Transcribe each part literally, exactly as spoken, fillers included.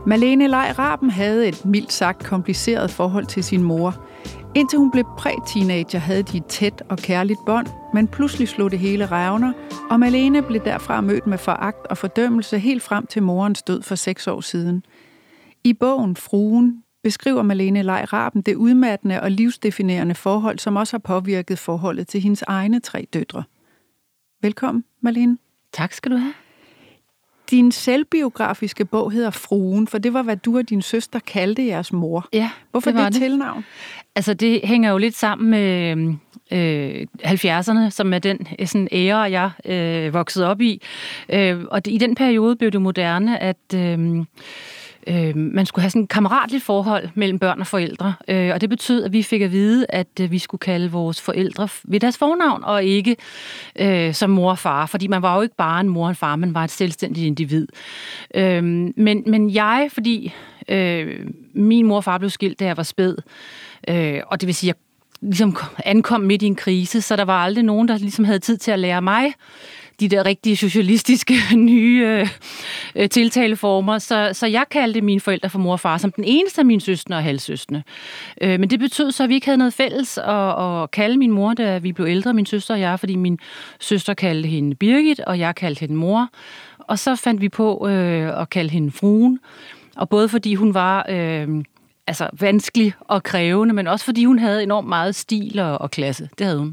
Malene Lei Raben havde et mildt sagt kompliceret forhold til sin mor. Indtil hun blev præ-teenager, havde de et tæt og kærligt bånd, men pludselig slog det hele revner, og Malene blev derfra mødt med foragt og fordømmelse helt frem til morens død for seks år siden. I bogen Fruen beskriver Malene Lei Raben det udmattende og livsdefinerende forhold, som også har påvirket forholdet til hendes egne tre døtre. Velkommen, Malene. Tak skal du have. Din selvbiografiske bog hedder Fruen, for det var, hvad du og din søster kaldte jeres mor. Ja, Hvorfor det var det det tilnavn? Altså, det hænger jo lidt sammen med øh, halvfjerdserne, som er den sådan ære, jeg øh, voksede op i. Øh, og det, i den periode blev det moderne, at øh, øh, man skulle have sådan et kammeratligt forhold mellem børn og forældre. Øh, og det betød, at vi fik at vide, at øh, vi skulle kalde vores forældre ved deres fornavn, og ikke øh, som mor og far. Fordi man var jo ikke bare en mor og en far, man var et selvstændigt individ. Øh, men, men jeg, fordi øh, min mor og far blev skilt, da jeg var spæd, øh, og det vil sige, at jeg ligesom ankom midt i en krise, så der var aldrig nogen, der ligesom havde tid til at lære mig de der rigtige socialistiske nye øh, tiltaleformer. Så, så jeg kaldte mine forældre for mor og far som den eneste af mine søstre og halvsøstre. Øh, men det betød så, at vi ikke havde noget fælles at, at kalde min mor, da vi blev ældre, min søster og jeg, fordi min søster kaldte hende Birgit, og jeg kaldte hende mor. Og så fandt vi på øh, at kalde hende Fruen. Og både fordi hun var øh, altså vanskelig og krævende, men også fordi hun havde enormt meget stil og, og klasse. Det havde hun.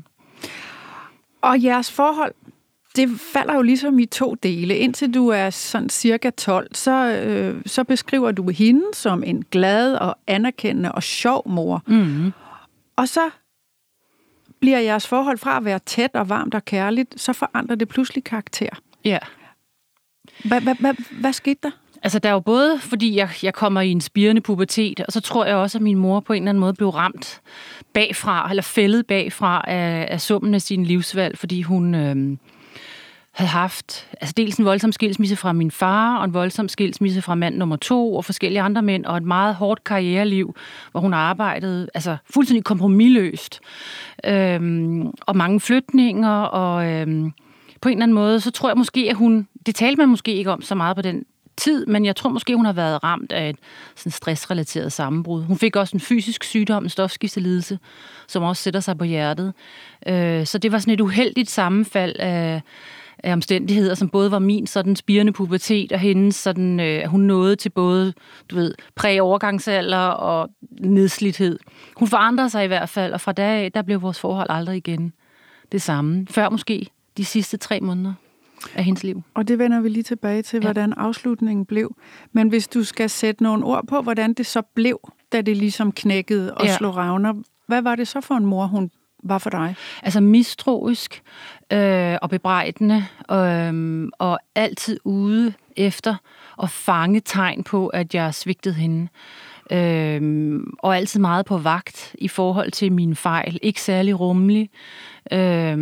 Og jeres forhold, det falder jo ligesom i to dele. Indtil du er sådan cirka tolv, så, øh, så beskriver du hende som en glad og anerkendende og sjov mor. Mm-hmm. Og så bliver jeres forhold fra at være tæt og varmt og kærligt, så forandrer det pludselig karakter. Ja. Hvad, hvad, hvad, hvad skete der? Altså, der er jo både, fordi jeg, jeg kommer i en spirende pubertet, og så tror jeg også, at min mor på en eller anden måde blev ramt bagfra, eller fældet bagfra af, af summen af sin livsvalg, fordi hun øh, havde haft altså dels en voldsom skilsmisse fra min far, og en voldsom skilsmisse fra mand nummer to, og forskellige andre mænd, og et meget hårdt karriereliv, hvor hun arbejdede altså fuldstændig kompromisløst, øh, og mange flytninger, og øh, på en eller anden måde, så tror jeg måske, at hun, det talte man måske ikke om så meget på den tid, men jeg tror måske, hun har været ramt af et sådan stressrelateret sammenbrud. Hun fik også en fysisk sygdom, en stofskiftelidelse, som også sætter sig på hjertet. Så det var sådan et uheldigt sammenfald af, af omstændigheder, som både var min sådan spirende pubertet, og hendes sådan, at hun nåede til både, du ved, præ-overgangsalder og nedslidthed. Hun forandrede sig i hvert fald, og fra dag af, der blev vores forhold aldrig igen det samme. Før måske de sidste tre måneder af hendes liv. Og det vender vi lige tilbage til, ja. hvordan afslutningen blev. Men hvis du skal sætte nogle ord på, hvordan det så blev, da det ligesom knækkede og ja. slog revner, hvad var det så for en mor, hun var for dig? Altså mistroisk øh, og bebrejdende, øh, og altid ude efter at fange tegn på, at jeg svigtede hende. Øh, og altid meget på vagt i forhold til mine fejl. Ikke særlig rummelig. Øh,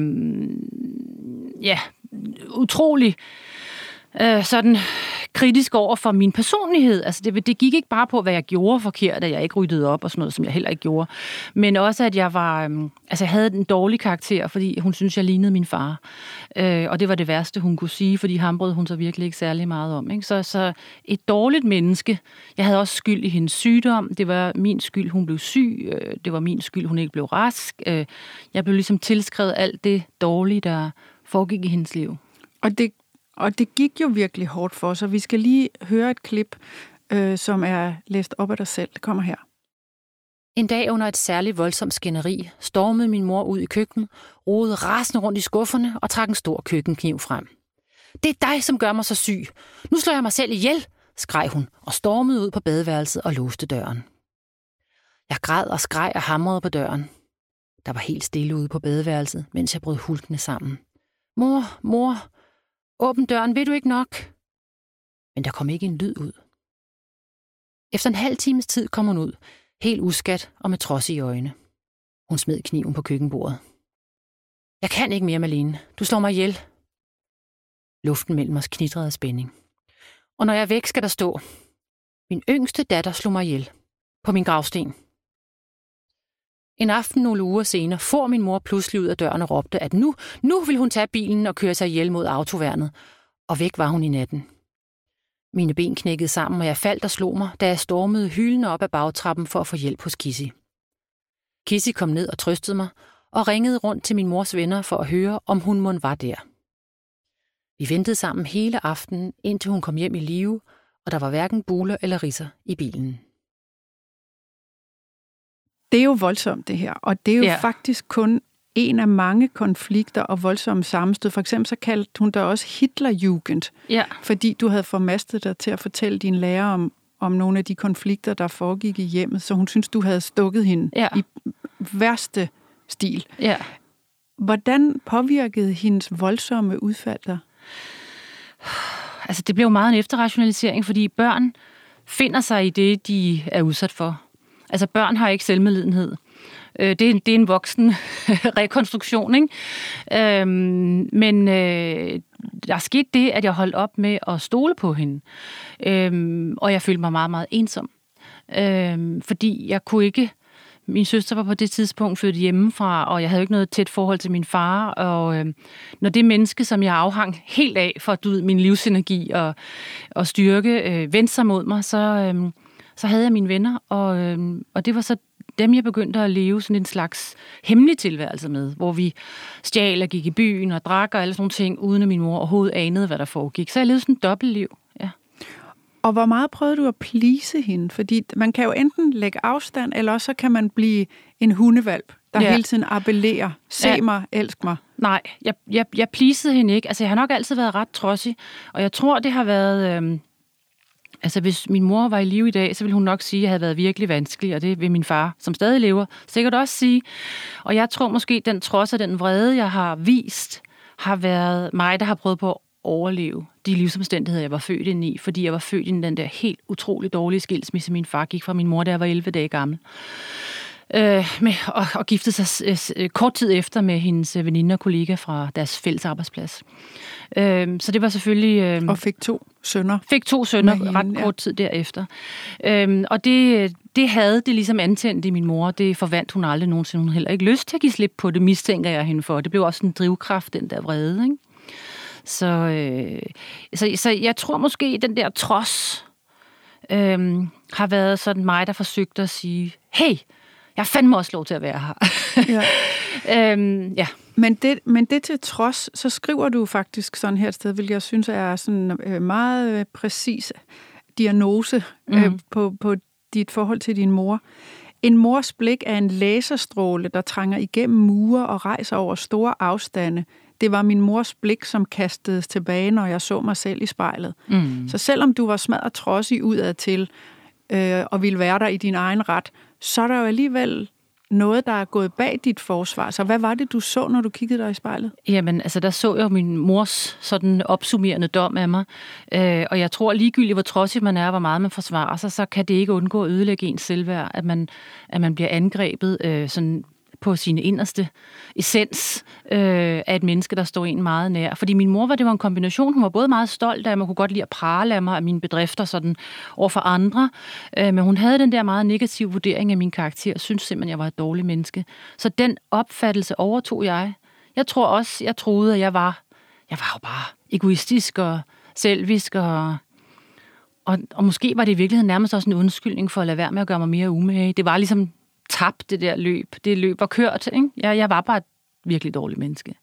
ja, utrolig øh, sådan kritisk over for min personlighed. Altså det, det gik ikke bare på, hvad jeg gjorde forkert, at jeg ikke ryddede op og sådan noget, som jeg heller ikke gjorde. Men også, at jeg var, øh, altså jeg havde en dårlig karakter, fordi hun synes jeg lignede min far. Øh, og det var det værste, hun kunne sige, fordi ham brød hun så virkelig ikke særlig meget om. Ikke? Så, så et dårligt menneske. Jeg havde også skyld i hendes sygdom. Det var min skyld, hun blev syg. Øh, det var min skyld, hun ikke blev rask. Øh, jeg blev ligesom tilskrevet alt det dårlige, der foregik i hendes liv. Og det, og det gik jo virkelig hårdt for sig. Vi skal lige høre et klip, øh, som er læst op af dig selv. Det kommer her. En dag under et særligt voldsomt skænderi stormede min mor ud i køkkenet, rodede rasende rundt i skufferne og trak en stor køkkenkniv frem. Det er dig, som gør mig så syg. Nu slår jeg mig selv ihjel, skreg hun og stormede ud på badeværelset og låste døren. Jeg græd og skreg og hamrede på døren. Der var helt stille ude på badeværelset, mens jeg brød hulkende sammen. Mor, mor, åbn døren, vil du ikke nok? Men der kom ikke en lyd ud. Efter en halv times tid kom hun ud, helt uskat og med trods i øjne. Hun smed kniven på køkkenbordet. Jeg kan ikke mere, Malene. Du slår mig ihjel. Luften mellem os knitrede af spænding. Og når jeg er væk, skal der stå: min yngste datter slog mig ihjel. På min gravsten. En aften nogle uger senere får min mor pludselig ud af døren og råbte, at nu, nu vil hun tage bilen og køre sig ihjel mod autoværnet. Og væk var hun i natten. Mine ben knækkede sammen, og jeg faldt og slog mig, da jeg stormede hylende op ad bagtrappen for at få hjælp hos Kissy. Kissy kom ned og trøstede mig, og ringede rundt til min mors venner for at høre, om hun mon var der. Vi ventede sammen hele aftenen, indtil hun kom hjem i live, og der var hverken buler eller ridser i bilen. Det er jo voldsomt, det her. Og det er jo ja. faktisk kun en af mange konflikter og voldsomme sammenstød. For eksempel så kaldte hun der også Hitlerjugend, ja. fordi du havde formastet dig til at fortælle din lærer om, om nogle af de konflikter, der foregik i hjemmet. Så hun synes, du havde stukket hende ja. i værste stil. Ja. Hvordan påvirkede hendes voldsomme udfald dig? Altså, det blev meget en efterrationalisering, fordi børn finder sig i det, de er udsat for. Altså, børn har ikke selvmedlidenhed. Det er en, det er en voksen rekonstruktion, ikke? Øhm, men øh, der skete det, at jeg holdt op med at stole på hende. Øhm, og jeg følte mig meget, meget ensom. Øhm, fordi jeg kunne ikke... Min søster var på det tidspunkt født hjemmefra, og jeg havde jo ikke noget tæt forhold til min far. Og øh, når det menneske, som jeg afhang helt af for du ved, min livsenergi og, og styrke, øh, vendte sig mod mig, så, øh, så havde jeg mine venner. Og, øh, og det var så dem, jeg begyndte at leve sådan en slags hemmelig tilværelse med, hvor vi stjal og gik i byen og drak og alle sådan nogle ting, uden at min mor overhovedet anede, hvad der foregik. Så jeg levede sådan et dobbeltliv, ja. Og hvor meget prøvede du at please hende? Fordi man kan jo enten lægge afstand, eller også så kan man blive en hundevalp, der ja. hele tiden appellerer. Se ja. mig, elsk mig. Nej, jeg, jeg, jeg pleasede hende ikke. Altså, jeg har nok altid været ret trodsig, og jeg tror, det har været... Øh, altså, hvis min mor var i live i dag, så ville hun nok sige, at jeg havde været virkelig vanskelig, og det vil min far, som stadig lever, sikkert også sige. Og jeg tror måske, den trods og den vrede, jeg har vist, har været mig, der har prøvet på at overleve de livsomstændigheder, jeg var født ind i, fordi jeg var født i den der helt utrolig dårlige skilsmisse. Min far gik fra min mor, da jeg var elleve dage gammel. Øh, med, og, og giftede sig øh, kort tid efter med hendes veninde og kollega fra deres fælles arbejdsplads. Øh, så det var selvfølgelig... Øh, og fik to sønner. Fik to sønner ret kort tid derefter. Øh, og det, det havde det ligesom antændt i min mor. Det forvandt hun aldrig nogensinde. Hun heller ikke lyst til at give slip på det, mistænker jeg hende for. Det blev også en drivkraft, den der vrede, ikke? Så, øh, så, så jeg tror måske, den der trods øh, har været sådan mig, der forsøgte at sige, hey, jeg fandme også lov til at være her. Ja. øhm, ja. Men, det, men det til trods, så skriver du faktisk sådan her et sted, hvilket jeg synes er sådan øh, meget øh, præcis diagnose øh, mm. på, på dit forhold til din mor. En mors blik er en laserstråle, der trænger igennem mure og rejser over store afstande. Det var min mors blik, som kastedes tilbage, når jeg så mig selv i spejlet. Mm. Så selvom du var smadret trodsig udadtil, øh, og ville være der i din egen ret, så er der jo alligevel noget, der er gået bag dit forsvar. Så hvad var det, du så, når du kiggede dig i spejlet? Jamen, altså, der så jeg min mors sådan opsummerende dom af mig. Øh, og jeg tror ligegyldigt, hvor trodsig man er, hvor meget man forsvarer sig, så kan det ikke undgå at ødelægge ens selvværd, at man, at man bliver angrebet øh, sådan på sin inderste essens øh, af et menneske, der står en meget nær. Fordi min mor var, det var en kombination. Hun var både meget stolt af, man kunne godt lide at prale af mig, af mine bedrifter sådan over for andre, øh, men hun havde den der meget negative vurdering af min karakter, og syntes simpelthen, jeg var et dårligt menneske. Så den opfattelse overtog jeg. Jeg tror også, jeg troede, at jeg var, jeg var jo bare egoistisk og selvisk, og, og, og måske var det i virkeligheden nærmest også en undskyldning for at lade være med at gøre mig mere umage. Det var ligesom tabt, det der løb. Det løb var kørt, ikke? Jeg, jeg var bare et virkelig dårligt menneske.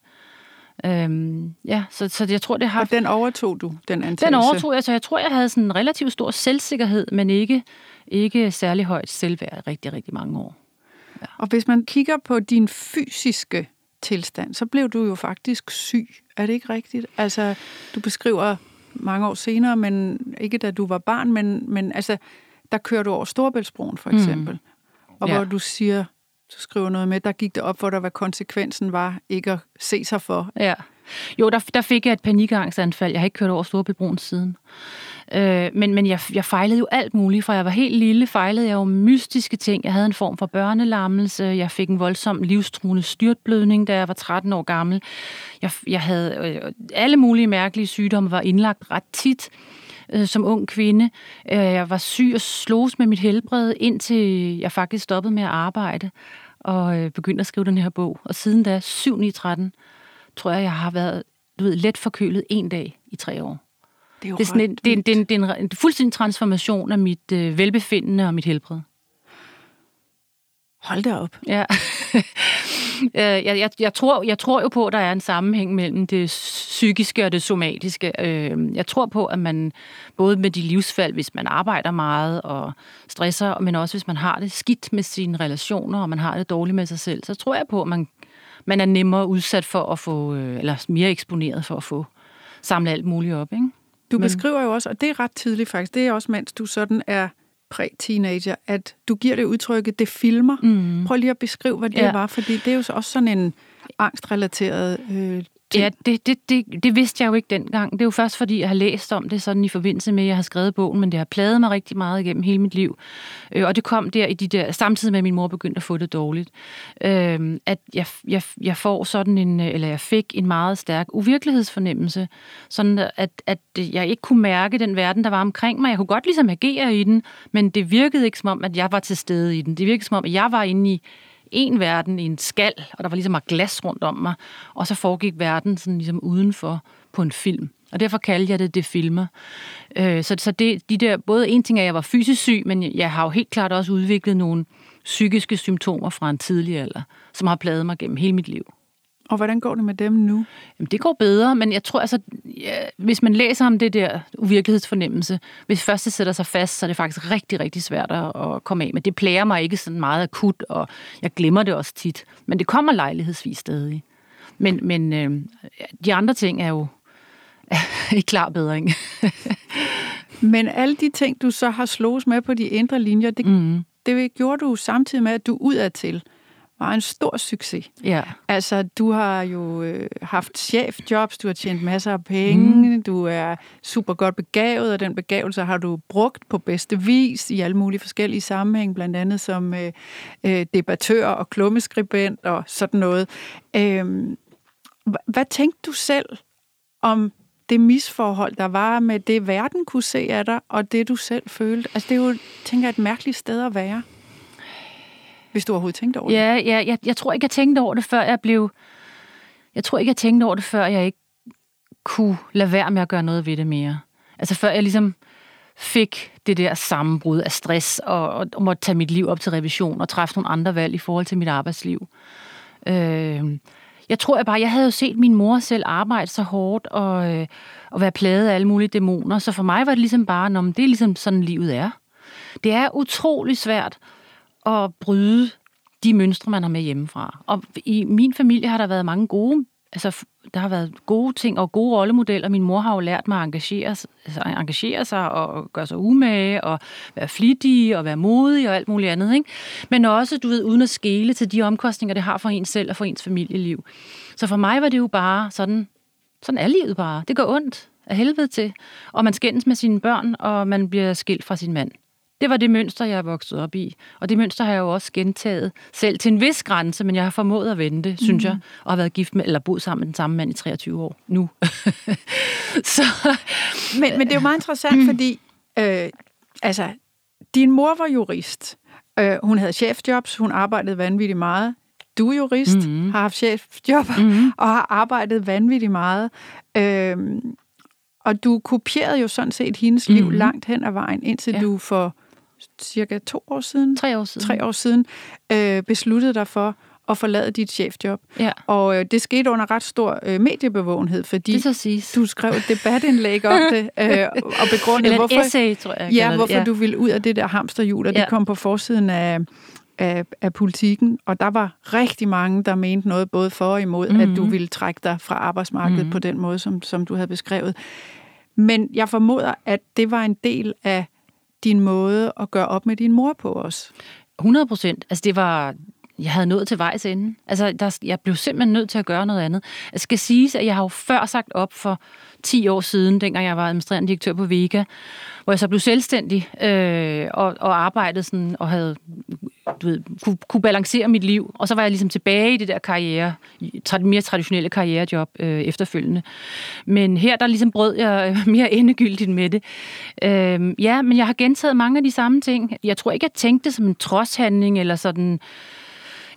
Øhm, ja, så, så jeg tror, det har... Og den overtog du, den antagelse? Den overtog jeg, så jeg tror, jeg havde sådan en relativt stor selvsikkerhed, men ikke, ikke særlig højt selvværd rigtig, rigtig mange år. Ja. Og hvis man kigger på din fysiske tilstand, så blev du jo faktisk syg. Er det ikke rigtigt? Altså, du beskriver mange år senere, men ikke da du var barn, men, men altså, der kører du over Storebæltsbroen, for eksempel. Mm. Og ja. Hvor du siger, du skriver noget med, der gik det op for dig, hvad konsekvensen var ikke at se sig for. Ja. Jo, der, der fik jeg et panikangstanfald. Jeg har ikke kørt over Storebæltsbroen siden. Øh, men men jeg, jeg fejlede jo alt muligt, fra jeg var helt lille, fejlede jeg jo mystiske ting. Jeg havde en form for børnelammelse. Jeg fik en voldsom livstruende styrtblødning, da jeg var tretten år gammel. Jeg, jeg havde øh, alle mulige mærkelige sygdomme, var indlagt ret tit som ung kvinde. Jeg var syg og slogs med mit helbred, indtil jeg faktisk stoppede med at arbejde og begyndte at skrive den her bog. Og siden da, syv ni tretten, tror jeg, jeg har været du ved, let forkølet en dag i tre år. Det er jo det er, sådan en, det er, en, det er, en, det er en, en fuldstændig transformation af mit øh, velbefindende og mit helbred. Hold da op. Ja. jeg, jeg, jeg, tror, jeg tror jo på, at der er en sammenhæng mellem det psykiske og det somatiske. Jeg tror på, at man både med de livsfald, hvis man arbejder meget og stresser, men også hvis man har det skidt med sine relationer, og man har det dårligt med sig selv, så tror jeg på, at man, man er nemmere udsat for at få, eller mere eksponeret for at få samlet alt muligt op, ikke? Du men... beskriver jo også, og det er ret tidligt faktisk, det er også, mens du sådan er præ-teenager, at du giver det udtrykket, det filmer. Mm. Prøv lige at beskrive, hvad det ja. var, fordi det er jo så også sådan en angstrelateret øh, ting. Ja, det, det, det, det vidste jeg jo ikke dengang. Det er jo først, fordi jeg har læst om det sådan i forbindelse med, at jeg har skrevet bogen, men det har plaget mig rigtig meget igennem hele mit liv. Øh, og det kom der i de der, samtidig med, at min mor begyndte at få det dårligt, øh, at jeg, jeg, jeg får sådan en, eller jeg fik en meget stærk uvirkelighedsfornemmelse, sådan at, at jeg ikke kunne mærke den verden, der var omkring mig. Jeg kunne godt ligesom agere i den, men det virkede ikke som om, at jeg var til stede i den. Det virkede som om, at jeg var inde i en verden i en skal, og der var ligesom et glas rundt om mig, og så foregik verden sådan ligesom udenfor på en film. Og derfor kaldte jeg det, det filmer. Øh, så så det, de der, både en ting er, at jeg var fysisk syg, men jeg har jo helt klart også udviklet nogle psykiske symptomer fra en tidlig alder, som har plaget mig gennem hele mit liv. Og hvordan går det med dem nu? Jamen, det går bedre, men jeg tror altså, ja, hvis man læser om det der uvirkelighedsfornemmelse, hvis først det sætter sig fast, så er det faktisk rigtig, rigtig svært at komme af med. Det plager mig ikke sådan meget akut, og jeg glemmer det også tit. Men det kommer lejlighedsvis stadig. Men, men øh, de andre ting er jo ikke klar bedring. Men alle de ting, du så har slået med på de indre linjer, det, mm. det gjorde du samtidig med, at du udadtil var en stor succes. Ja. Altså, du har jo øh, haft chefjobs, du har tjent masser af penge, mm. du er super godt begavet, og den begavelse har du brugt på bedste vis i alle mulige forskellige sammenhæng, blandt andet som øh, øh, debattør og klummeskribent og sådan noget. Øh, hvad tænkte du selv om det misforhold, der var med det, verden kunne se af dig, og det, du selv følte? Altså, det er jo, tænker jeg, et mærkeligt sted at være. Hvis du overhovedet tænkte over det. Ja, ja jeg, jeg tror ikke, jeg tænkte over det, før jeg blev... Jeg tror ikke, jeg tænkte over det, før jeg ikke kunne lade være med at gøre noget ved det mere. Altså før jeg ligesom fik det der sammenbrud af stress, og, og, og måtte tage mit liv op til revision, og træffe nogle andre valg i forhold til mit arbejdsliv. Øh, jeg tror jeg bare, jeg havde jo set min mor selv arbejde så hårdt, og, øh, og være plaget af alle mulige dæmoner, så for mig var det ligesom bare, nå, det er ligesom sådan, livet er. Det er utrolig svært at bryde de mønstre, man har med hjemmefra. Og i min familie har der været mange gode, altså der har været gode ting og gode rollemodeller. Min mor har jo lært mig at engagere, altså, engagere sig og gøre sig umage og være flittig og være modig og alt muligt andet, ikke? Men også, du ved, uden at skele til de omkostninger, det har for ens selv og for ens familieliv. Så for mig var det jo bare sådan, sådan er livet bare. Det går ondt af helvede til. Og man skændes med sine børn, og man bliver skilt fra sin mand. Det var det mønster, jeg er vokset op i. Og det mønster har jeg jo også gentaget selv til en vis grænse, men jeg har formået at vende det, synes mm. jeg, og har været gift med, eller boet sammen med den samme mand i treogtyve år nu. Så. Men, men det er jo meget interessant, mm. fordi øh, altså, din mor var jurist. Øh, hun havde chefjobs, hun arbejdede vanvittigt meget. Du er jurist, mm. har haft chefjob mm. og har arbejdet vanvittigt meget. Øh, og du kopierede jo sådan set hendes liv mm. langt hen ad vejen, indtil ja. du for cirka to år siden, tre år siden, tre år siden øh, besluttede dig for at forlade dit chefjob. Ja. Og øh, det skete under ret stor øh, mediebevågenhed, fordi du skrev et debatindlæg om det, øh, og begrundede, hvorfor, essay, tror jeg, ja, hvorfor ja. du ville ud af det der hamsterhjul, og ja. det kom på forsiden af, af, af Politikken, og der var rigtig mange, der mente noget både for og imod, mm-hmm. at du ville trække dig fra arbejdsmarkedet mm-hmm. på den måde, som, som du havde beskrevet. Men jeg formoder, at det var en del af din måde at gøre op med din mor på os. hundrede procent. Altså det var, jeg havde nået til vejs ende. Altså der, jeg blev simpelthen nødt til at gøre noget andet. Jeg skal sige, at jeg har jo før sagt op for ti år siden, dengang jeg var administrerende direktør på Vega, hvor jeg så blev selvstændig øh, og, og arbejdede sådan, og havde, du ved, kunne, kunne balancere mit liv. Og så var jeg ligesom tilbage i det der karriere, mere traditionelle karrierejob øh, efterfølgende. Men her, der ligesom brød jeg mere endegyldigt med det. Øh, ja, men jeg har gentaget mange af de samme ting. Jeg tror ikke, jeg tænkte det som en trodshandling, eller sådan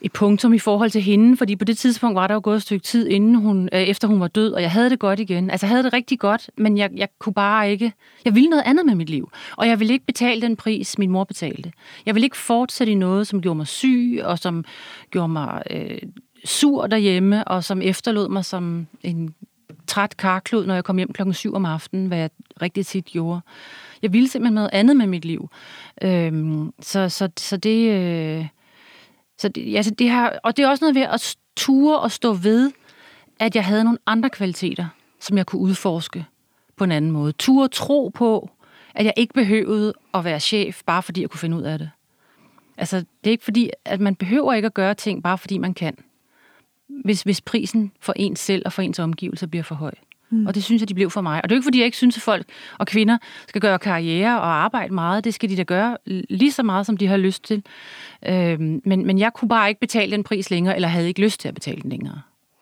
et punktum i forhold til hende, fordi på det tidspunkt var der jo gået et stykke tid, inden hun, øh, efter hun var død, og jeg havde det godt igen. Altså, jeg havde det rigtig godt, men jeg, jeg kunne bare ikke... Jeg ville noget andet med mit liv, og jeg ville ikke betale den pris, min mor betalte. Jeg ville ikke fortsætte i noget, som gjorde mig syg, og som gjorde mig øh, sur derhjemme, og som efterlod mig som en træt karklud, når jeg kom hjem klokken syv om aftenen, hvad jeg rigtig tit gjorde. Jeg ville simpelthen noget andet med mit liv. Øhm, så, så, så det... Øh, Så det, altså det har, og det er også noget ved at ture og stå ved, at jeg havde nogle andre kvaliteter, som jeg kunne udforske på en anden måde. Ture tro på, at jeg ikke behøvede at være chef, bare fordi jeg kunne finde ud af det. Altså, det er ikke fordi, at man behøver ikke at gøre ting, bare fordi man kan. Hvis, hvis prisen for ens selv og for ens omgivelser bliver for høj. Mm. Og det synes jeg, de blev for mig. Og det er jo ikke, fordi jeg ikke synes, at folk og kvinder skal gøre karriere og arbejde meget. Det skal de da gøre lige så meget, som de har lyst til. Øhm, men, men jeg kunne bare ikke betale den pris længere, eller havde ikke lyst til at betale den længere.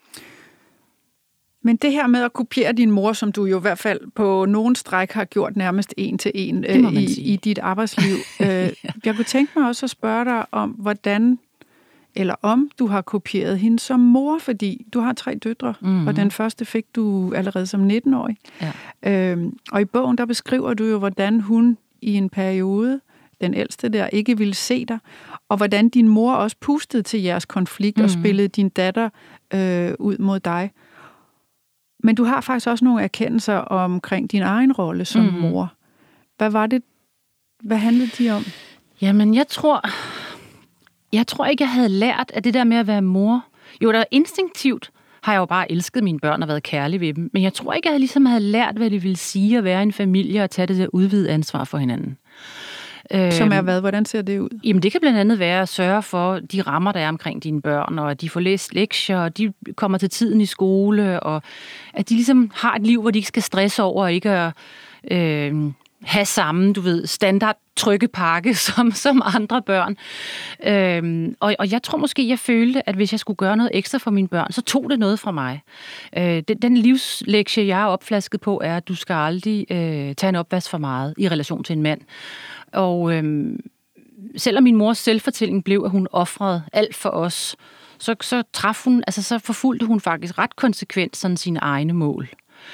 Men det her med at kopiere din mor, som du jo i hvert fald på nogen stræk har gjort nærmest en til en øh, i, i dit arbejdsliv. øh, ja. Jeg kunne tænke mig også at spørge dig om, hvordan... eller om du har kopieret hende som mor, fordi du har tre døtre, mm-hmm. og den første fik du allerede som nitten-årig. Ja. Øhm, og i bogen, der beskriver du jo, hvordan hun i en periode, den ældste der, ikke ville se dig, og hvordan din mor også pustede til jeres konflikt mm-hmm. og spillede din datter øh, ud mod dig. Men du har faktisk også nogle erkendelser omkring din egen rolle som mm-hmm. mor. Hvad var det? Hvad handlede de om? Jamen, jeg tror... Jeg tror ikke, jeg havde lært af det der med at være mor. Jo, der instinktivt har jeg jo bare elsket mine børn og været kærlig ved dem. Men jeg tror ikke, jeg ligesom havde lært, hvad det ville sige at være en familie og tage det der udvidede ansvar for hinanden. Som er hvad? Hvordan ser det ud? Jamen, det kan blandt andet være at sørge for de rammer, der er omkring dine børn, og at de får læst lektier, og de kommer til tiden i skole, og at de ligesom har et liv, hvor de ikke skal stresse over og ikke at... Øh, have samme, du ved, standard trykkepakke som, som andre børn. Øhm, og, og jeg tror måske, jeg følte, at hvis jeg skulle gøre noget ekstra for mine børn, så tog det noget fra mig. Øh, den, den livslektie, jeg er opflasket på, er, at du skal aldrig øh, tage en opvask for meget i relation til en mand. Og øh, selvom min mors selvfortælling blev, at hun ofrede alt for os, så, så traf hun, altså så forfulgte hun faktisk ret konsekvent sådan sine egne mål.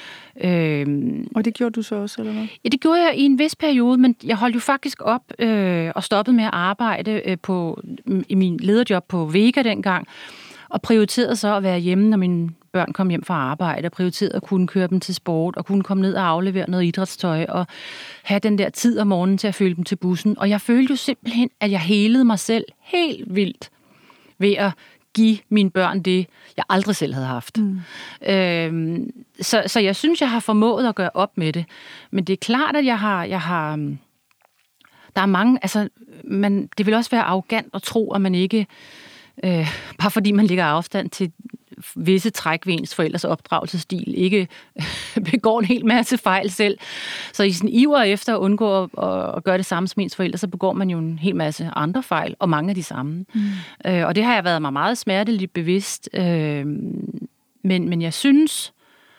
Øhm, og det gjorde du så også, eller hvad? Ja, det gjorde jeg i en vis periode, men jeg holdt jo faktisk op øh, og stoppede med at arbejde øh, på, i min lederjob på Vega dengang, og prioriterede så at være hjemme, når mine børn kom hjem fra arbejde, og prioriterede at kunne køre dem til sport, og kunne komme ned og aflevere noget idrætstøj, og have den der tid om morgenen til at følge dem til bussen. Og jeg følte jo simpelthen, at jeg helede mig selv helt vildt ved at give mine børn det, jeg aldrig selv havde haft. Mm. Øhm, så, så jeg synes, jeg har formået at gøre op med det. Men det er klart, at jeg har... Jeg har der er mange... Altså, man, det vil også være arrogant at tro, at man ikke... Øh, bare fordi man ligger afstand til visse træk ved ens forældres opdragelsesstil, ikke begår en hel masse fejl selv. Så i sin iver efter at undgå at, at gøre det samme som ens forældre, så begår man jo en hel masse andre fejl, og mange af de samme. Mm. Øh, og det har jeg været mig meget smerteligt bevidst. Øh, men, men jeg synes,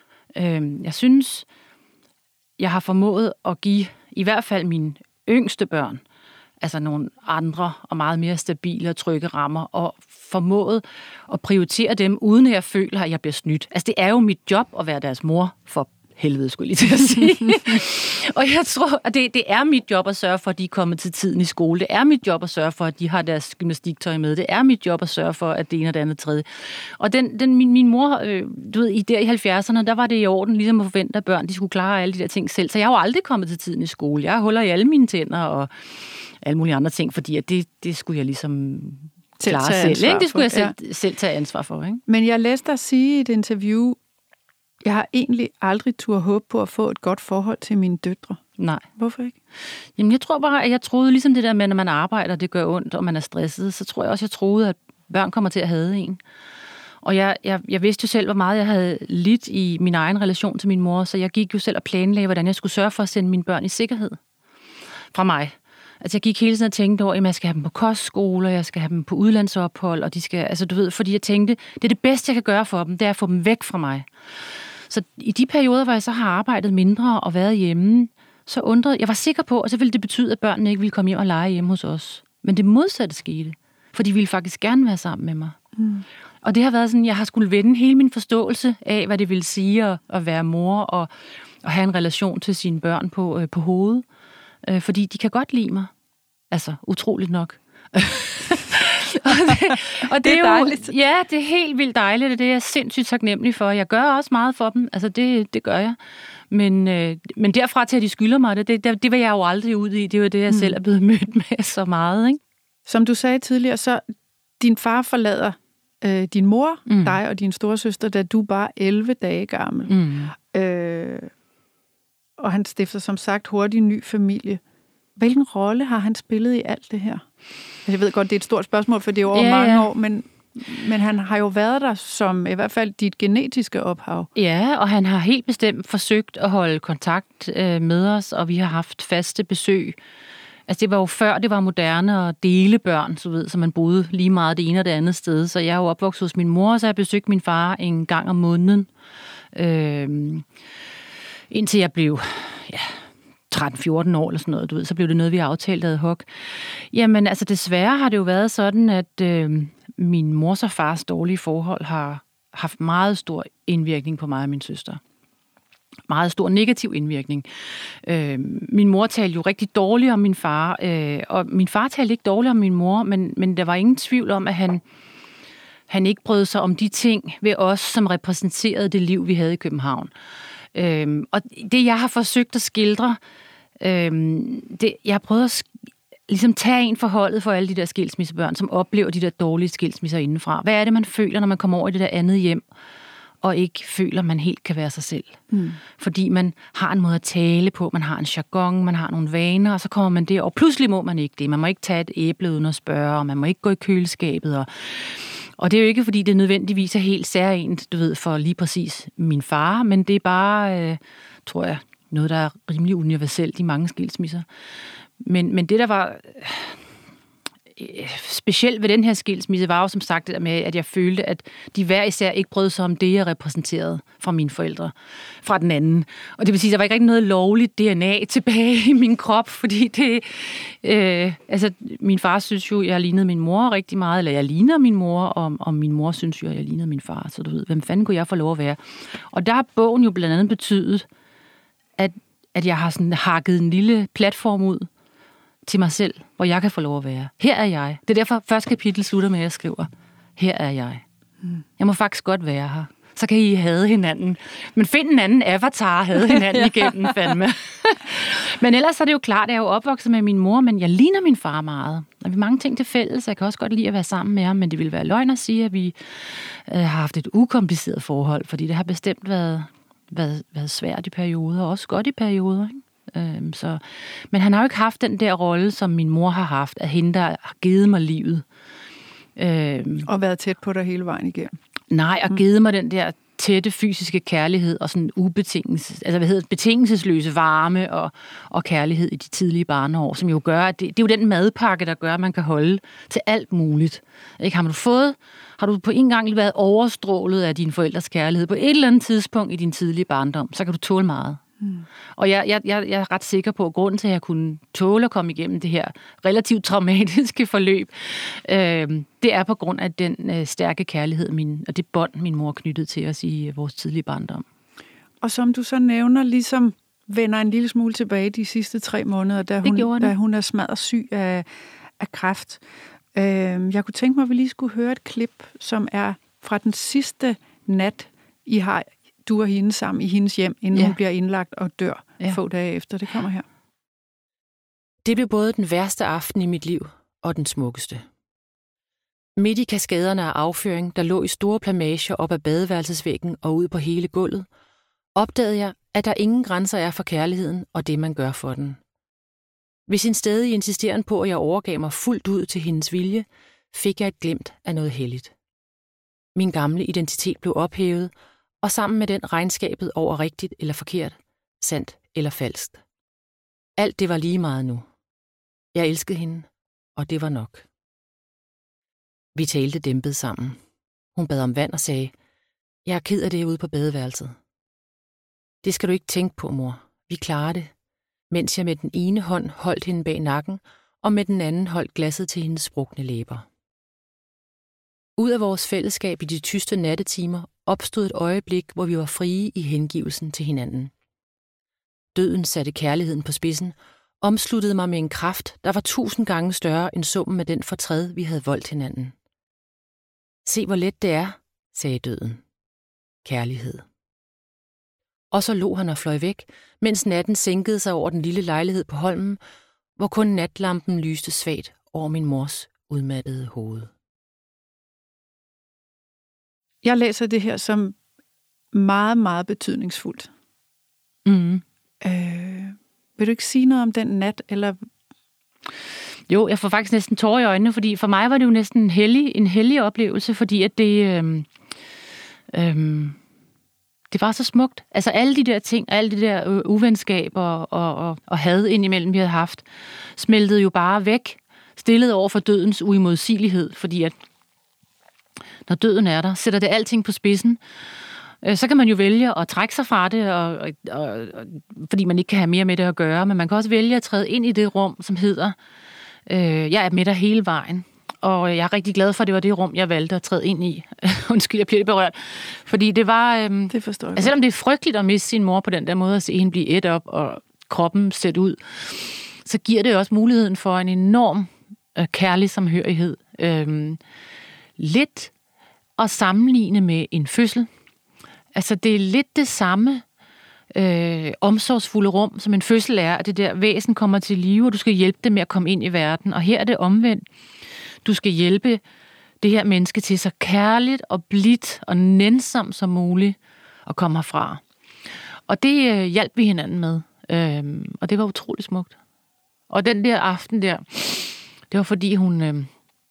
øh, jeg synes, jeg har formået at give i hvert fald mine yngste børn, altså nogle andre og meget mere stabile og trygge rammer, og formået at prioritere dem, uden at jeg føler, at jeg bliver snydt. Altså, det er jo mit job at være deres mor, for helvede, skulle jeg lige til at sige. Og jeg tror, at det, det er mit job at sørge for, at de er kommet til tiden i skole. Det er mit job at sørge for, at de har deres gymnastiktøj med. Det er mit job at sørge for, at det ene og det andet tredje. Og den, den, min, min mor, øh, du ved, i der i halvfjerdserne, der var det i orden, ligesom at forvente, at børn de skulle klare alle de der ting selv. Så jeg har jo aldrig kommet til tiden i skole. Jeg holder i alle mine tænder og alle mulige andre ting, fordi at det, det skulle jeg ligesom klare selv. selv. Det skulle jeg selv, ja. selv tage ansvar for. Ikke? Men jeg læste dig sige i et interview, jeg har egentlig aldrig turde håbe på at få et godt forhold til mine døtre. Nej. Hvorfor ikke? Jamen, jeg tror bare, at jeg troede, ligesom det der med, når man arbejder, det gør ondt, og man er stresset, så tror jeg også, jeg troede, at børn kommer til at hade en. Og jeg, jeg, jeg vidste jo selv, hvor meget jeg havde lidt i min egen relation til min mor, så jeg gik jo selv og planlagde, hvordan jeg skulle sørge for at sende mine børn i sikkerhed fra mig. Altså, jeg gik hele tiden og tænkte over, at jeg skal have dem på kostskole, og jeg skal have dem på udlandsophold, og de skal, altså du ved, fordi jeg tænkte, det er det bedste, jeg kan gøre for dem, det er at få dem væk fra mig. Så i de perioder, hvor jeg så har arbejdet mindre og været hjemme, så undrede jeg, var sikker på, at så ville det betyde, at børnene ikke ville komme hjem og lege hjemme hos os. Men det modsatte skete. for de ville faktisk gerne være sammen med mig. Mm. Og det har været sådan, jeg har skulle vende hele min forståelse af, hvad det vil sige at, at være mor og, og have en relation til sine børn på, øh, på hovedet. Øh, fordi de kan godt lide mig. Altså, utroligt nok. og det, og det, det er dejligt. Jo, ja, det er helt vildt dejligt, og det er jeg sindssygt taknemmelig for. Jeg gør også meget for dem. Altså, det, det gør jeg. Men, øh, men derfra til, at de skylder mig det, det, det vil jeg jo aldrig ud i. Det er jo det, jeg mm. selv er blevet mødt med så meget. Ikke? Som du sagde tidligere, så din far forlader øh, din mor, mm. dig og din storesøster, da du bare er elleve dage gammel. Mm. Øh, og han stifter som sagt hurtigt en ny familie. Hvilken rolle har han spillet i alt det her? Jeg ved godt, det er et stort spørgsmål, for det er jo over ja, mange ja. år, men, men han har jo været der som i hvert fald dit genetiske ophav. Ja, og han har helt bestemt forsøgt at holde kontakt øh, med os, og vi har haft faste besøg. Altså det var jo før, det var moderne at dele børn, så, ved, så man boede lige meget det ene og det andet sted. Så jeg er jo opvokset hos min mor, så jeg besøgte min far en gang om måneden. Øh, indtil jeg blev... Ja, tretten fjorten år eller sådan noget, du ved, så blev det noget, vi aftalte ad hoc. Jamen, altså desværre har det jo været sådan, at øh, min mors og fars dårlige forhold har haft meget stor indvirkning på mig og min søster. Meget stor negativ indvirkning. Øh, min mor talte jo rigtig dårligt om min far, øh, og min far talte ikke dårligt om min mor, men, men der var ingen tvivl om, at han, han ikke brød sig om de ting ved os, som repræsenterede det liv, vi havde i København. Øhm, og det, jeg har forsøgt at skildre, øhm, det, jeg har prøvet at sk- ligesom tage en forholdet for alle de der skilsmissebørn, som oplever de der dårlige skilsmisser indenfra. Hvad er det, man føler, når man kommer over i det der andet hjem, og ikke føler, at man helt kan være sig selv? Mm. Fordi man har en måde at tale på, man har en jargon, man har nogle vaner, og så kommer man der, og pludselig må man ikke det. Man må ikke tage et æble uden at spørge, og man må ikke gå i køleskabet, og Og det er jo ikke, fordi det nødvendigvis er helt særligt, du ved, for lige præcis min far, men det er bare, øh, tror jeg, noget, der er rimelig universelt i mange skilsmisser. Men, men det, der var øh, specielt ved den her skilsmisse, var jo som sagt det der med, at jeg følte, at de hver især ikke brød sig om det, jeg repræsenterede fra mine forældre, fra den anden. Og det vil sige, at der var ikke rigtig noget lovligt D N A tilbage i min krop, fordi det... Øh, altså, min far synes jo, jeg lignede min mor rigtig meget, eller jeg ligner min mor, og, og min mor synes jo, jeg lignede min far. Så du ved, hvem fanden kunne jeg få lov at være? Og der har bogen jo blandt andet betydet, at, at jeg har sådan hakket en lille platform ud til mig selv, hvor jeg kan få lov at være. Her er jeg. Det er derfor, første kapitel slutter med, at jeg skriver, her er jeg. Mm. Jeg må faktisk godt være her. Så kan I hade hinanden. Men find en anden avatar, havde hinanden igennem, fandme. Men ellers er det jo klart, at jeg er jo opvokset med min mor, men jeg ligner min far meget. Og vi har mange ting til fælles, jeg kan også godt lide at være sammen med ham, men det ville være løgn at sige, at vi øh, har haft et ukompliceret forhold, fordi det har bestemt været, været, været svært i perioder, og også godt i perioder, ikke? Øhm, så. Men han har jo ikke haft den der rolle, som min mor har haft, af hende, der har givet mig livet. Øhm, og været tæt på dig hele vejen igennem. Nej, og givet mig den der tætte fysiske kærlighed og sådan ubetingelses, altså hvad hedder betingelsesløse varme og, og kærlighed i de tidlige barneår, som jo gør, at det, det er jo den madpakke, der gør, at man kan holde til alt muligt. Ikke? Har du fået, har du på en gang været overstrålet af dine forældres kærlighed på et eller andet tidspunkt i din tidlige barndom, så kan du tåle meget. Mm. Og jeg, jeg, jeg, jeg er ret sikker på, at grunden til, at jeg kunne tåle at komme igennem det her relativt traumatiske forløb, øh, det er på grund af den øh, stærke kærlighed min, og det bånd, min mor knyttede til os i øh, vores tidlige barndom. Og som du så nævner, ligesom vender en lille smule tilbage de sidste tre måneder, da hun, da hun er smadret syg af, af kræft. Øh, jeg kunne tænke mig, at vi lige skulle høre et klip, som er fra den sidste nat, I har du og hende sammen i hendes hjem, inden ja. hun bliver indlagt og dør ja. få dage efter. Det kommer her. Det blev både den værste aften i mit liv og den smukkeste. Midt i kaskaderne af afføring, der lå i store plamager op ad badeværelsesvæggen og ud på hele gulvet, opdagede jeg, at der ingen grænser er for kærligheden og det, man gør for den. Ved sin stadige insisteren på, at jeg overgav mig fuldt ud til hendes vilje, fik jeg et glimt af noget helligt. Min gamle identitet blev ophævet, og sammen med den regnskabet over rigtigt eller forkert, sandt eller falskt. Alt det var lige meget nu. Jeg elskede hende, og det var nok. Vi talte dæmpet sammen. Hun bad om vand og sagde, jeg er ked af det ude på badeværelset. Det skal du ikke tænke på, mor. Vi klarer det. Mens jeg med den ene hånd holdt hende bag nakken, og med den anden holdt glasset til hendes sprukne læber. Ud af vores fællesskab i de tyste nattetimer opstod et øjeblik, hvor vi var frie i hengivelsen til hinanden. Døden satte kærligheden på spidsen, omsluttede mig med en kraft, der var tusind gange større end summen af den fortræd, vi havde voldt hinanden. Se, hvor let det er, sagde døden. Kærlighed. Og så lå han og fløj væk, mens natten sænkede sig over den lille lejlighed på Holmen, hvor kun natlampen lyste svagt over min mors udmattede hoved. Jeg læser det her som meget, meget betydningsfuldt. Mm. Øh, vil du ikke sige noget om den nat, eller... Jo, jeg får faktisk næsten tårer i øjnene, fordi for mig var det jo næsten en hellig, en hellig oplevelse, fordi at det, øhm, øhm, det var så smukt. Altså alle de der ting, alle de der øh, uvenskaber og, og, og had indimellem, vi havde haft, smeltede jo bare væk, stillet over for dødens uimodsigelighed, fordi at når døden er der, sætter det alting på spidsen. Så kan man jo vælge at trække sig fra det, og, og, og, fordi man ikke kan have mere med det at gøre, men man kan også vælge at træde ind i det rum, som hedder, øh, jeg er med dig hele vejen. Og jeg er rigtig glad for, at det var det rum, jeg valgte at træde ind i. Undskyld, jeg bliver lidt berørt. Fordi det var... Øhm, det forstår jeg. Altså, selvom det er frygteligt at miste sin mor på den der måde, at se hende blive ædt op, og kroppen sæt ud, så giver det også muligheden for en enorm øh, kærlig samhørighed. Øhm, lidt at sammenligne med en fødsel. Altså, det er lidt det samme øh, omsorgsfulde rum, som en fødsel er, at det der væsen kommer til live, og du skal hjælpe det med at komme ind i verden. Og her er det omvendt. Du skal hjælpe det her menneske til så kærligt og blidt og nænsomt som muligt at komme herfra. Og det øh, hjalp vi hinanden med. Øh, og det var utroligt smukt. Og den der aften der, det var fordi hun... Øh,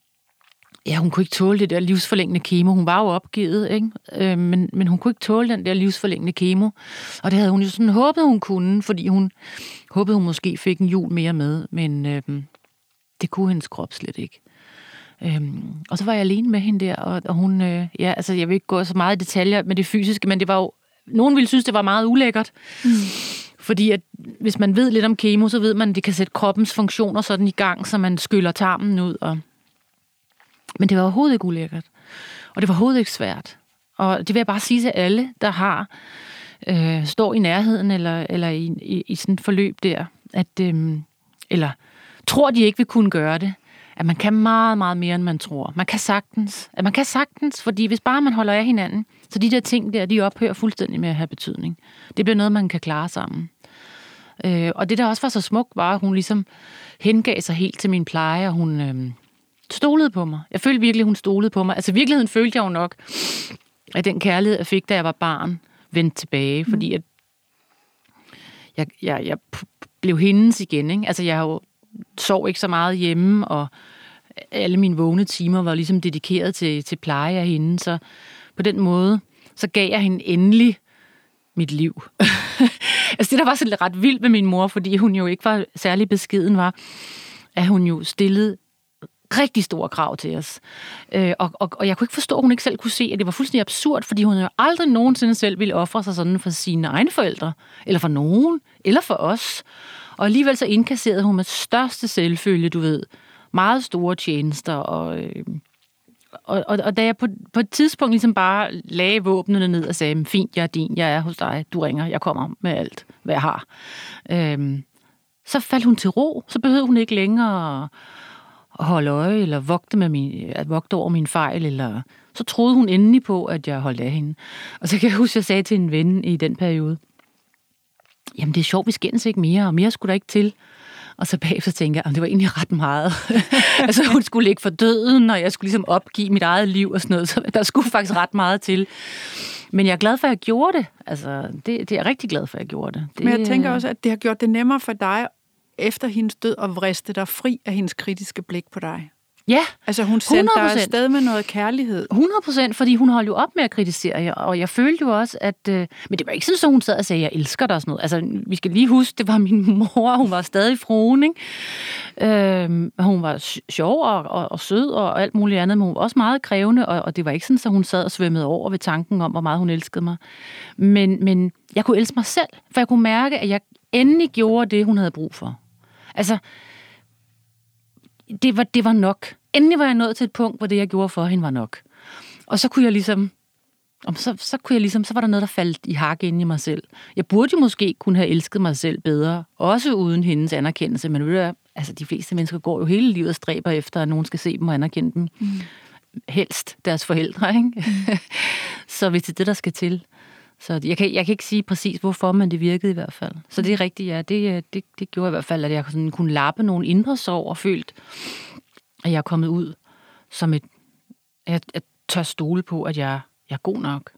Ja, hun kunne ikke tåle det der livsforlængende kemo. Hun var jo opgivet, ikke? Øh, men, men hun kunne ikke tåle den der livsforlængende kemo. Og det havde hun jo sådan håbet, hun kunne, fordi hun håbede, hun måske fik en jul mere med. Men øh, det kunne hendes krop slet ikke. Øh, og så var jeg alene med hende der, og, og hun... Øh, ja, altså, jeg vil ikke gå så meget i detaljer med det fysiske, men det var jo... Nogen ville synes, det var meget ulækkert. Mm. Fordi at, hvis man ved lidt om kemo, så ved man, at det kan sætte kroppens funktioner sådan i gang, så man skyller tarmen ud og... Men det var overhovedet ikke ulækkert. Og det var overhovedet ikke svært. Og det vil jeg bare sige til alle, der har øh, står i nærheden eller, eller i, i, i sådan et forløb der, at, øh, eller tror, de ikke vil kunne gøre det, at man kan meget, meget mere, end man tror. Man kan sagtens. At man kan sagtens, fordi hvis bare man holder af hinanden, så de der ting der, de ophører fuldstændig med at have betydning. Det bliver noget, man kan klare sammen. Øh, og det, der også var så smukt, var, at hun ligesom hengav sig helt til min pleje, og hun... Øh, stolede på mig. Jeg følte virkelig, hun stolede på mig. Altså i virkeligheden følte jeg jo nok, at den kærlighed, jeg fik, da jeg var barn, vendte tilbage, mm. fordi at jeg, jeg, jeg blev hendes igen. Ikke? Altså jeg jo sov ikke så meget hjemme, og alle mine vågne timer var ligesom dedikeret til, til pleje af hende, så på den måde, så gav jeg hende endelig mit liv. Altså det, der var sådan ret vildt med min mor, fordi hun jo ikke var særlig beskeden, var, at hun jo stillede rigtig store krav til os. Øh, og, og, og jeg kunne ikke forstå, at hun ikke selv kunne se, at det var fuldstændig absurd, fordi hun jo aldrig nogensinde selv ville ofre sig sådan for sine egne forældre, eller for nogen, eller for os. Og alligevel så indkasserede hun med største selvfølge, du ved, meget store tjenester, og, øh, og, og, og da jeg på, på et tidspunkt ligesom bare lagde våbnene ned og sagde, fint, jeg er din, jeg er hos dig, du ringer, jeg kommer med alt, hvad jeg har. Øh, så faldt hun til ro, så behøvede hun ikke længere at holde øje, eller vogte, med min, at vogte over min fejl, eller så troede hun endelig på, at jeg holdt af hende. Og så kan jeg huske, at jeg sagde til en ven i den periode, jamen det er sjovt, vi skændes ikke mere, og mere skulle der ikke til. Og så bagefter tænker jeg, det var egentlig ret meget. Altså hun skulle ligge for døden, og jeg skulle ligesom opgive mit eget liv og sådan noget, så der skulle faktisk ret meget til. Men jeg er glad for, at jeg gjorde det. Altså det, det er jeg rigtig glad for, at jeg gjorde det. det. Men jeg tænker også, at det har gjort det nemmere for dig efter hendes død at vriste dig fri af hendes kritiske blik på dig. Ja, altså hun sendte dig afsted med noget kærlighed. hundrede procent, fordi hun holdt jo op med at kritisere jer, og jeg følte jo også, at... Øh, men det var ikke sådan, at hun sad og sagde, jeg elsker dig og sådan noget. Altså, vi skal lige huske, det var min mor, hun var stadig fruen, ikke? Øh, hun var sjov og, og, og sød og alt muligt andet, men hun var også meget krævende, og, og det var ikke sådan, at hun sad og svømmede over ved tanken om, hvor meget hun elskede mig. Men, men jeg kunne elske mig selv, for jeg kunne mærke, at jeg endelig gjorde det, hun havde brug for. Altså, det var, det var nok. Endelig var jeg nået til et punkt, hvor det, jeg gjorde for hende, var nok. Og så kunne jeg ligesom, og så, så kunne jeg ligesom, så var der noget, der faldt i hak inde i mig selv. Jeg burde jo måske kunne have elsket mig selv bedre, også uden hendes anerkendelse, men ved du, altså de fleste mennesker går jo hele livet og stræber efter, at nogen skal se dem og anerkende dem. Mm. Helst deres forældre, ikke? Mm. Så hvis det er det, der skal til. Så jeg kan, jeg kan ikke sige præcis, hvorfor, men det virkede i hvert fald. Så det er rigtigt, ja. Det, det, det gjorde i hvert fald, at jeg sådan kunne lappe nogle indre sorg og følt, at jeg er kommet ud som et... Jeg, jeg tør stole på, at jeg, jeg er god nok.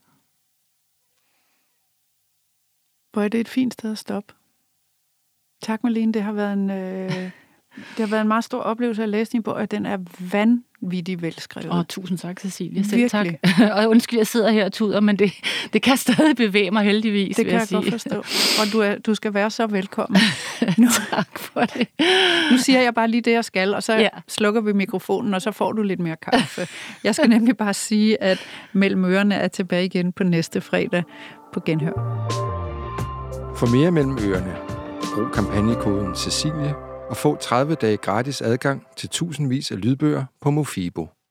Hvor er det et fint sted at stoppe. Tak, Malene. Det har været en... Øh... Det har været en meget stor oplevelse at læse din bog, og den er vanvittigt velskrevet. Åh, tusind tak, Cecilie. Selv tak. Og undskyld, jeg sidder her og tuder, men det, det kan stadig bevæge mig heldigvis, det kan jeg, jeg godt forstå. Og du, er, du skal være så velkommen. Nu. Tak for det. Nu siger jeg bare lige det, jeg skal, og så ja. slukker vi mikrofonen, og så får du lidt mere kaffe. Jeg skal nemlig bare sige, at Mellem Ørerne er tilbage igen på næste fredag på Genhør. For mere Mellem Ørerne, brug kampagnekoden Cecilie, og få tredive dage gratis adgang til tusindvis af lydbøger på Mofibo.